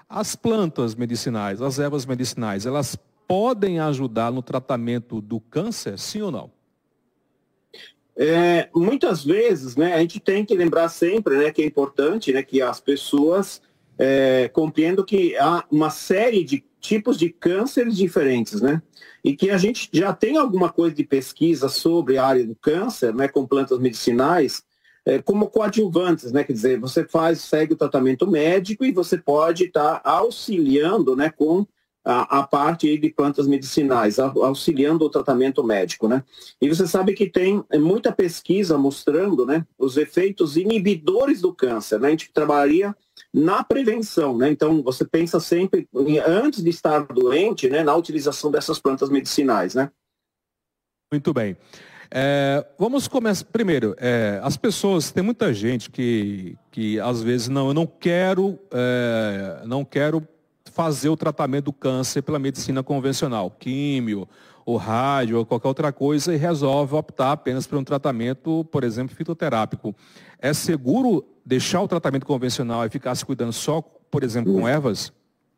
As plantas medicinais, as ervas medicinais, elas podem ajudar no tratamento do câncer, sim ou não? Muitas vezes, né, a gente tem que lembrar sempre, né, que é importante, né, que as pessoas compreendam que há uma série de tipos de cânceres diferentes, né, e que a gente já tem alguma coisa de pesquisa sobre a área do câncer, né, com plantas medicinais, como coadjuvantes, né, quer dizer, você segue o tratamento médico e você pode estar auxiliando, né, com a parte aí de plantas medicinais, auxiliando o tratamento médico, né? E você sabe que tem muita pesquisa mostrando, né, os efeitos inibidores do câncer, né? A gente trabalharia na prevenção, né? Então, você pensa sempre, antes de estar doente, né, na utilização dessas plantas medicinais, né? Muito bem. Vamos começar. Primeiro, as pessoas, tem muita gente que às vezes, eu não quero fazer o tratamento do câncer pela medicina convencional, químio, ou rádio, ou qualquer outra coisa, e resolve optar apenas por um tratamento, por exemplo, fitoterápico. É seguro deixar o tratamento convencional e ficar se cuidando só, por exemplo, com ervas?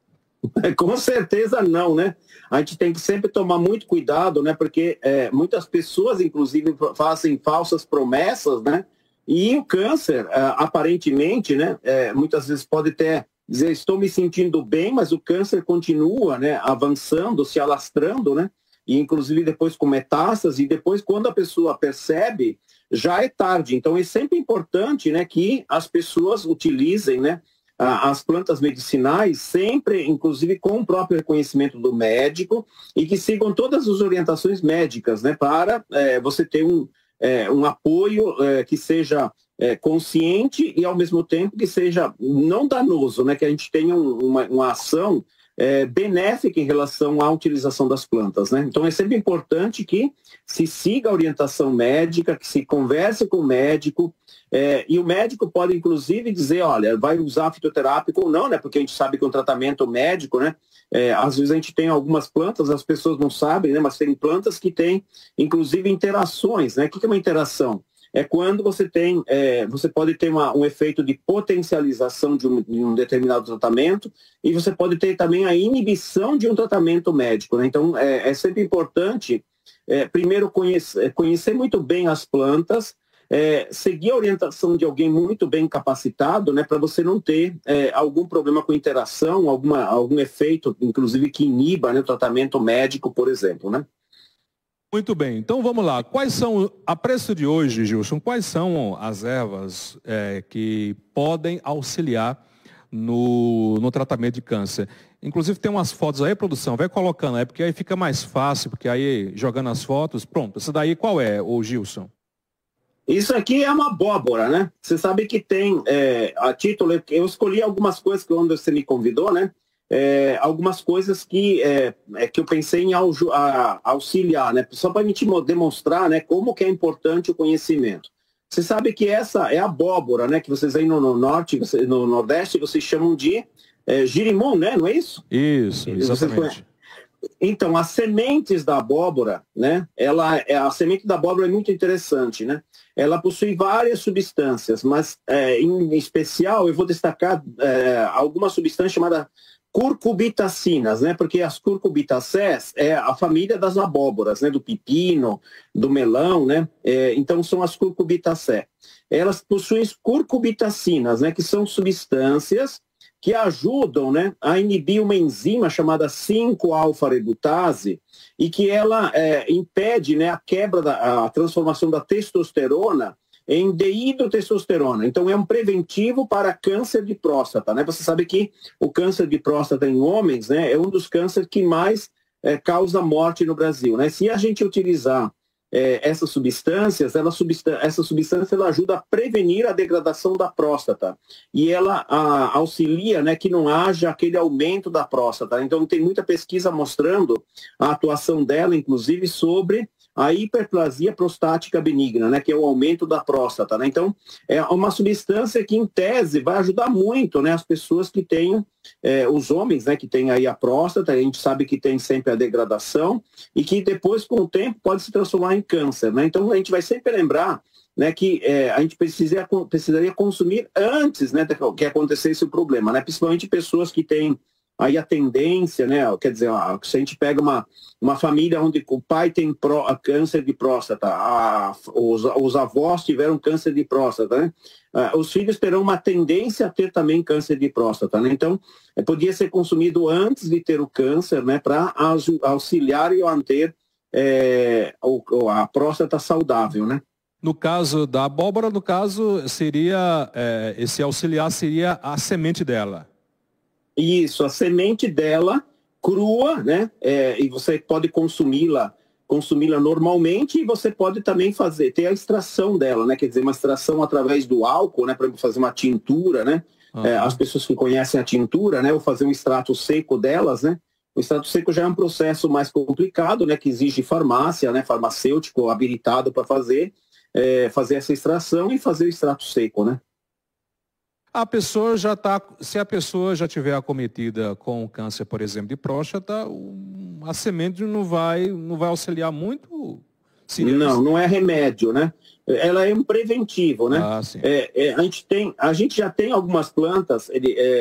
Com certeza não, né? A gente tem que sempre tomar muito cuidado, né? Porque muitas pessoas, inclusive, fazem falsas promessas, né? E o câncer, aparentemente, né? Muitas vezes pode dizer, estou me sentindo bem, mas o câncer continua, né, avançando, se alastrando, né, e inclusive depois com metástase, e depois quando a pessoa percebe, já é tarde. Então é sempre importante, né, que as pessoas utilizem, né, as plantas medicinais sempre, inclusive com o próprio reconhecimento do médico, e que sigam todas as orientações médicas, né, para você ter um apoio que seja consciente e ao mesmo tempo que seja não danoso, né? Que a gente tenha uma ação benéfica em relação à utilização das plantas, né? Então é sempre importante que se siga a orientação médica, que se converse com o médico, e o médico pode inclusive dizer, olha, vai usar fitoterápico ou não, né? Porque a gente sabe que um tratamento médico, né? Às vezes a gente tem algumas plantas, as pessoas não sabem, né? Mas tem plantas que têm inclusive interações, né? O que é uma interação? É quando você pode ter um efeito de potencialização de um determinado tratamento e você pode ter também a inibição de um tratamento médico, né? Então, é sempre importante, primeiro, conhecer muito bem as plantas, seguir a orientação de alguém muito bem capacitado, né, para você não ter algum problema com interação, algum efeito, inclusive, que iniba, né, o tratamento médico, por exemplo, né? Muito bem, então vamos lá. A preço de hoje, Gilson, quais são as ervas que podem auxiliar no tratamento de câncer? Inclusive tem umas fotos aí, produção, vai colocando aí, porque aí fica mais fácil, porque aí jogando as fotos, pronto. Essa daí qual é, ô Gilson? Isso aqui é uma abóbora, né? Você sabe que tem, a título, eu escolhi algumas coisas quando você me convidou, né? Algumas coisas que eu pensei em auxiliar, né? Só para a gente demonstrar, né, como que é importante o conhecimento. Você sabe que essa é a abóbora, né? Que vocês aí no norte, no nordeste, vocês chamam de girimum, né? Não é isso? Isso, exatamente. Então, as sementes da abóbora, né? A semente da abóbora é muito interessante, né? Ela possui várias substâncias, mas em especial eu vou destacar alguma substância chamada curcubitacinas, né? Porque as curcubitacées é a família das abóboras, né? Do pepino, do melão, né? Então são as curcubitacées. Elas possuem curcubitacinas, né? Que são substâncias que ajudam, né, a inibir uma enzima chamada 5-alfa-redutase e que ela impede, né, a transformação da testosterona em dihidrotestosterona. Então é um preventivo para câncer de próstata, né? Você sabe que o câncer de próstata em homens, né, é um dos cânceres que mais causa morte no Brasil, né? Se a gente utilizar essas substâncias, essa substância ela ajuda a prevenir a degradação da próstata e ela auxilia, né, que não haja aquele aumento da próstata. Então tem muita pesquisa mostrando a atuação dela, inclusive, sobre a hiperplasia prostática benigna, né, que é o aumento da próstata, né? Então é uma substância que, em tese, vai ajudar muito, né, as pessoas que têm, os homens, né, que têm aí a próstata. A gente sabe que tem sempre a degradação e que depois, com o tempo, pode se transformar em câncer, né? Então a gente vai sempre lembrar né, que a gente precisaria consumir antes, né, que acontecesse o problema, né, principalmente pessoas que têm aí a tendência, né, quer dizer, se a gente pega uma família onde o pai tem câncer de próstata, os avós tiveram câncer de próstata, né, os filhos terão uma tendência a ter também câncer de próstata, né, então podia ser consumido antes de ter o câncer, né, para auxiliar e manter a próstata saudável, né. No caso da abóbora, no caso, seria esse auxiliar seria a semente dela. Isso, a semente dela crua, né? E você pode consumi-la normalmente, e você pode também ter a extração dela, né? Quer dizer, uma extração através do álcool, né? Para fazer uma tintura, né? Uhum. As pessoas que conhecem a tintura, né? Ou fazer um extrato seco delas, né? O extrato seco já é um processo mais complicado, né? Que exige farmácia, né? Farmacêutico habilitado para fazer essa extração e fazer o extrato seco, né? Se a pessoa já tiver acometida com câncer, por exemplo, de próstata, a semente não vai auxiliar muito? Não é remédio, né? Ela é um preventivo, né? Sim. A gente já tem algumas plantas,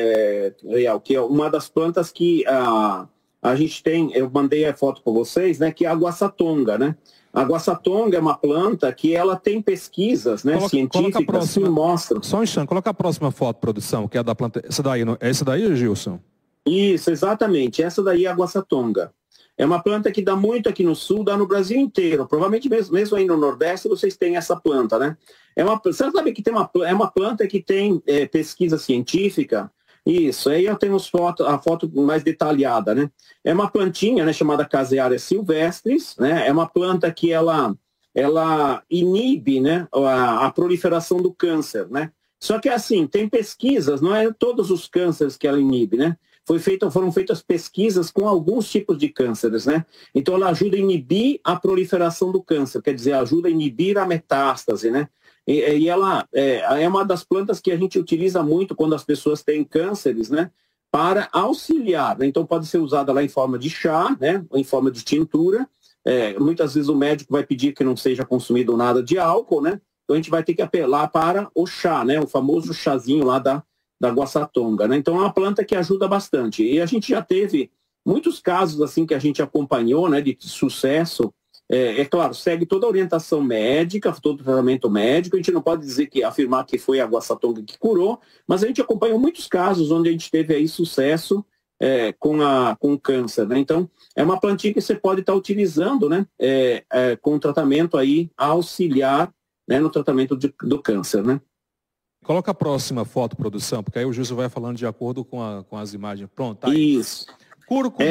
que é uma das plantas que a gente tem, eu mandei a foto para vocês, né? Que é a guaçatonga, né? A guaçatonga é uma planta que ela tem pesquisas, né, científicas que mostram. Só um instante, coloca a próxima foto, produção, que é a da planta. Essa daí, Gilson? Isso, exatamente. Essa daí é a guaçatonga. É uma planta que dá muito aqui no sul, dá no Brasil inteiro. Provavelmente mesmo aí no Nordeste vocês têm essa planta, né? Você sabe que é uma planta que tem pesquisa científica. Isso, aí eu tenho a foto mais detalhada, né? É uma plantinha, né, chamada Casearia silvestris, né? É uma planta que ela inibe, né, a proliferação do câncer, né? Só que assim, tem pesquisas, não é todos os cânceres que ela inibe, né? Foram feitas pesquisas com alguns tipos de cânceres, né? Então ela ajuda a inibir a proliferação do câncer, quer dizer, ajuda a inibir a metástase, né? E ela é uma das plantas que a gente utiliza muito quando as pessoas têm cânceres, né? Para auxiliar, né? Então pode ser usada lá em forma de chá, né? Em forma de tintura. Muitas vezes o médico vai pedir que não seja consumido nada de álcool, né? Então a gente vai ter que apelar para o chá, né? O famoso chazinho lá da guaçatonga, né? Então é uma planta que ajuda bastante. E a gente já teve muitos casos assim que a gente acompanhou, né? De sucesso. Claro, segue toda a orientação médica, todo o tratamento médico. A gente não pode afirmar que foi a guaçatonga que curou, mas a gente acompanhou muitos casos onde a gente teve aí sucesso com o câncer, né? Então, é uma plantinha que você pode estar utilizando, né? Com o tratamento aí auxiliar, né? No tratamento do câncer, né? Coloca a próxima foto, produção, porque aí o Gilson vai falando de acordo com as imagens. Pronto, tá aí. Isso. Cúrcuma.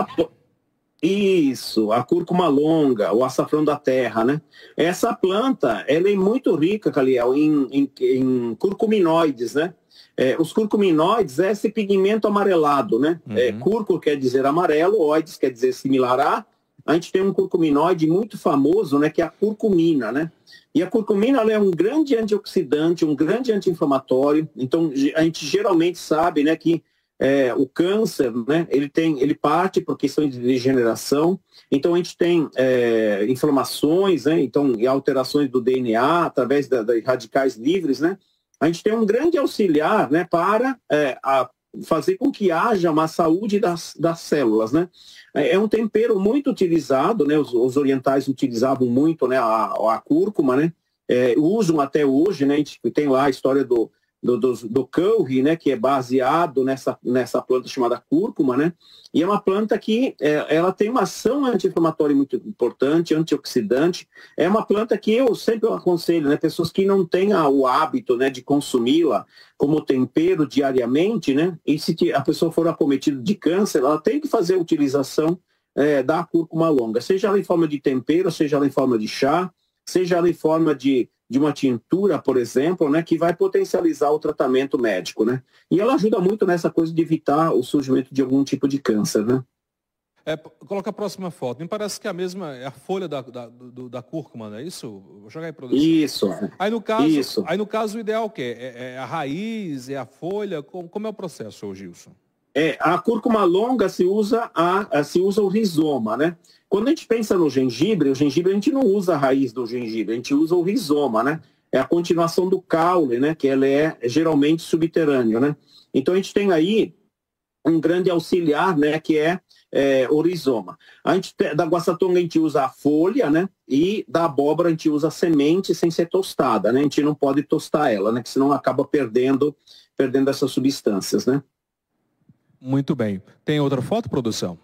Isso, a cúrcuma longa, o açafrão da terra, né? Essa planta, ela é muito rica, Caliel, em curcuminoides, né? Os curcuminoides é esse pigmento amarelado, né? Uhum. Curco quer dizer amarelo, oides quer dizer similar a gente tem um curcuminoide muito famoso, né? Que é a curcumina, né? E a curcumina, ela é um grande antioxidante, um grande anti-inflamatório. Então, a gente geralmente sabe, né, que o câncer, né, ele parte por questões de degeneração. Então, a gente tem inflamações, né, então, e alterações do DNA através das radicais livres, né? A gente tem um grande auxiliar, né, para fazer com que haja uma saúde das células, né? É um tempero muito utilizado, né? Os orientais utilizavam muito, né, a cúrcuma, né? Usam até hoje, né? A gente tem lá a história do curry, né, que é baseado nessa planta chamada cúrcuma, né? E é uma planta que ela tem uma ação anti-inflamatória muito importante, antioxidante. É uma planta que eu sempre aconselho, né, pessoas que não têm o hábito, né, de consumi-la como tempero diariamente, né? E se a pessoa for acometida de câncer, ela tem que fazer a utilização da cúrcuma longa, seja ela em forma de tempero, seja ela em forma de chá, seja ela em forma de uma tintura, por exemplo, né, que vai potencializar o tratamento médico, né? E ela ajuda muito nessa coisa de evitar o surgimento de algum tipo de câncer, né? Coloca a próxima foto. Me parece que a mesma é a folha da cúrcuma, não é isso? Vou jogar aí, produção. Isso. Aí no caso o ideal é o quê? É a raiz, é a folha? Como é o processo, Gilson? A cúrcuma longa se usa o rizoma, né? Quando a gente pensa no gengibre, o gengibre a gente não usa a raiz do gengibre, a gente usa o rizoma, né? é a continuação do caule, né? Que ele é geralmente subterrâneo, né? Então a gente tem aí um grande auxiliar, né? Que é o rizoma. Da guaçatonga a gente usa a folha, né? E da abóbora a gente usa a semente sem ser tostada, né? A gente não pode tostar ela, né? Que senão acaba perdendo essas substâncias, né? Muito bem. Tem outra foto, produção?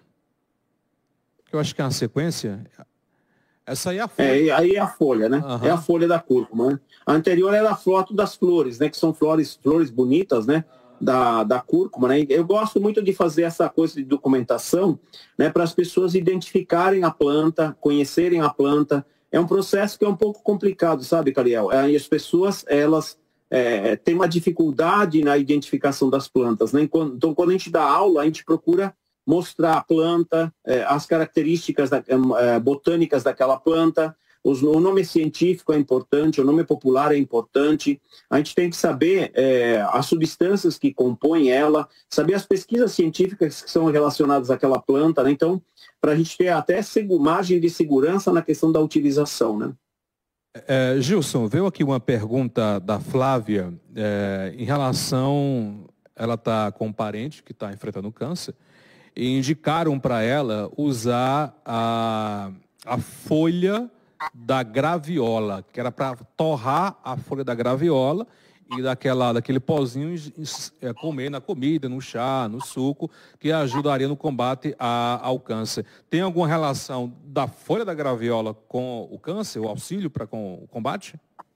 Eu acho que é uma sequência. Essa aí é a folha. Aí é a folha, né? Uhum. É a folha da cúrcuma, né? A anterior era a foto das flores, né? Que são flores bonitas, né? Da cúrcuma, né? Eu gosto muito de fazer essa coisa de documentação, né? Para as pessoas identificarem a planta, conhecerem a planta. É um processo que é um pouco complicado, sabe, Cariel? E as pessoas, elas têm uma dificuldade na identificação das plantas, né? Então, quando a gente dá aula, a gente procura mostrar a planta, as características botânicas daquela planta. O nome científico é importante, o nome popular é importante. A gente tem que saber as substâncias que compõem ela, saber as pesquisas científicas que são relacionadas àquela planta, né? Então, para a gente ter até margem de segurança na questão da utilização, né? Gilson, veio aqui uma pergunta da Flávia em relação... Ela está com um parente que está enfrentando câncer e indicaram para ela usar a folha da graviola, que era para torrar a folha da graviola e daquele pozinho comer na comida, no chá, no suco, que ajudaria no combate ao câncer. Tem alguma relação da folha da graviola com o câncer, o auxílio com o combate?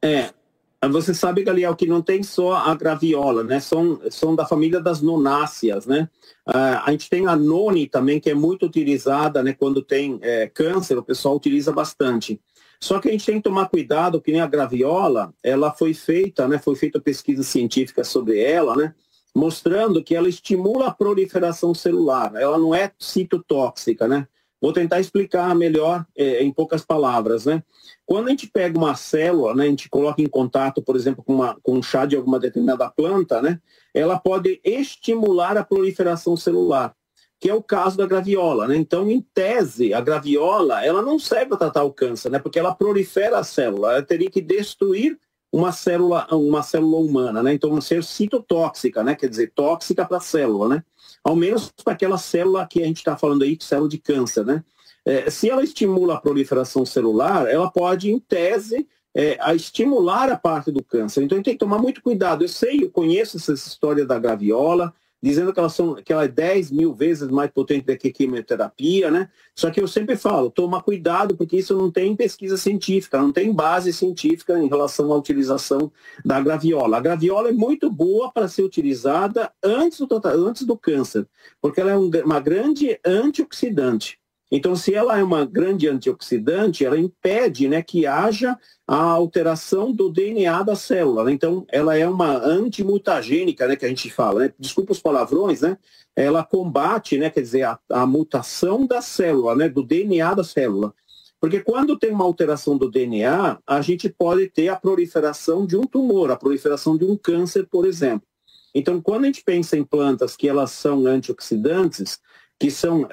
Você sabe, Galiel, que não tem só a graviola, né? São da família das nonáceas, né? A gente tem a noni também, que é muito utilizada, né? Quando tem câncer, o pessoal utiliza bastante. Só que a gente tem que tomar cuidado, que nem a graviola, ela foi feita, né? Foi feita pesquisa científica sobre ela, né? Mostrando que ela estimula a proliferação celular. Ela não é citotóxica, né? Vou tentar explicar melhor em poucas palavras, né? Quando a gente pega uma célula, né, a gente coloca em contato, por exemplo, com um chá de alguma determinada planta, né? Ela pode estimular a proliferação celular, que é o caso da graviola, né? Então, em tese, a graviola, ela não serve para tratar o câncer, né? Porque ela prolifera a célula, ela teria que destruir uma célula humana, né? Então, ser citotóxica, né? Quer dizer, tóxica para a célula, né? Ao menos para aquela célula que a gente está falando aí, célula de câncer, né? Se ela estimula a proliferação celular, ela pode, em tese, estimular a parte do câncer. Então, a gente tem que tomar muito cuidado. Eu conheço essa história da graviola, dizendo que ela é 10 mil vezes mais potente do que a quimioterapia, né? Só que eu sempre falo, toma cuidado, porque isso não tem pesquisa científica, não tem base científica em relação à utilização da graviola. A graviola é muito boa para ser utilizada antes do câncer, porque ela é uma grande antioxidante. Então, se ela é uma grande antioxidante, ela impede, né, que haja a alteração do DNA da célula, né? Então, ela é uma antimutagênica, né, que a gente fala, né? Desculpa os palavrões, né? Ela combate, né, quer dizer, a mutação da célula, né, do DNA da célula. Porque quando tem uma alteração do DNA, a gente pode ter a proliferação de um tumor, a proliferação de um câncer, por exemplo. Então, quando a gente pensa em plantas que elas são antioxidantes, que são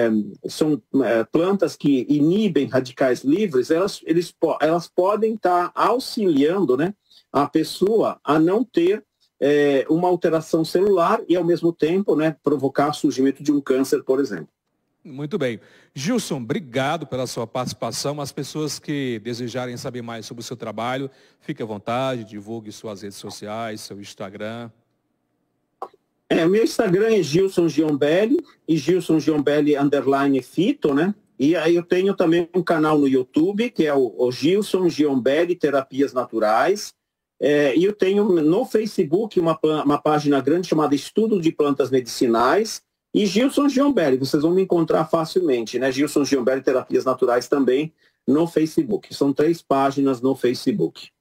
plantas que inibem radicais livres, elas podem estar auxiliando, né, a pessoa a não ter uma alteração celular e, ao mesmo tempo, né, provocar o surgimento de um câncer, por exemplo. Muito bem. Gilson, obrigado pela sua participação. As pessoas que desejarem saber mais sobre o seu trabalho, fique à vontade, divulgue suas redes sociais, seu Instagram. Meu Instagram é Gilson Giombelli e Gilson Giombelli _fito, né? E aí eu tenho também um canal no YouTube, que é o Gilson Giombelli Terapias Naturais. E eu tenho no Facebook uma página grande chamada Estudo de Plantas Medicinais e Gilson Giombelli. Vocês vão me encontrar facilmente, né? Gilson Giombelli Terapias Naturais também no Facebook. São 3 páginas no Facebook.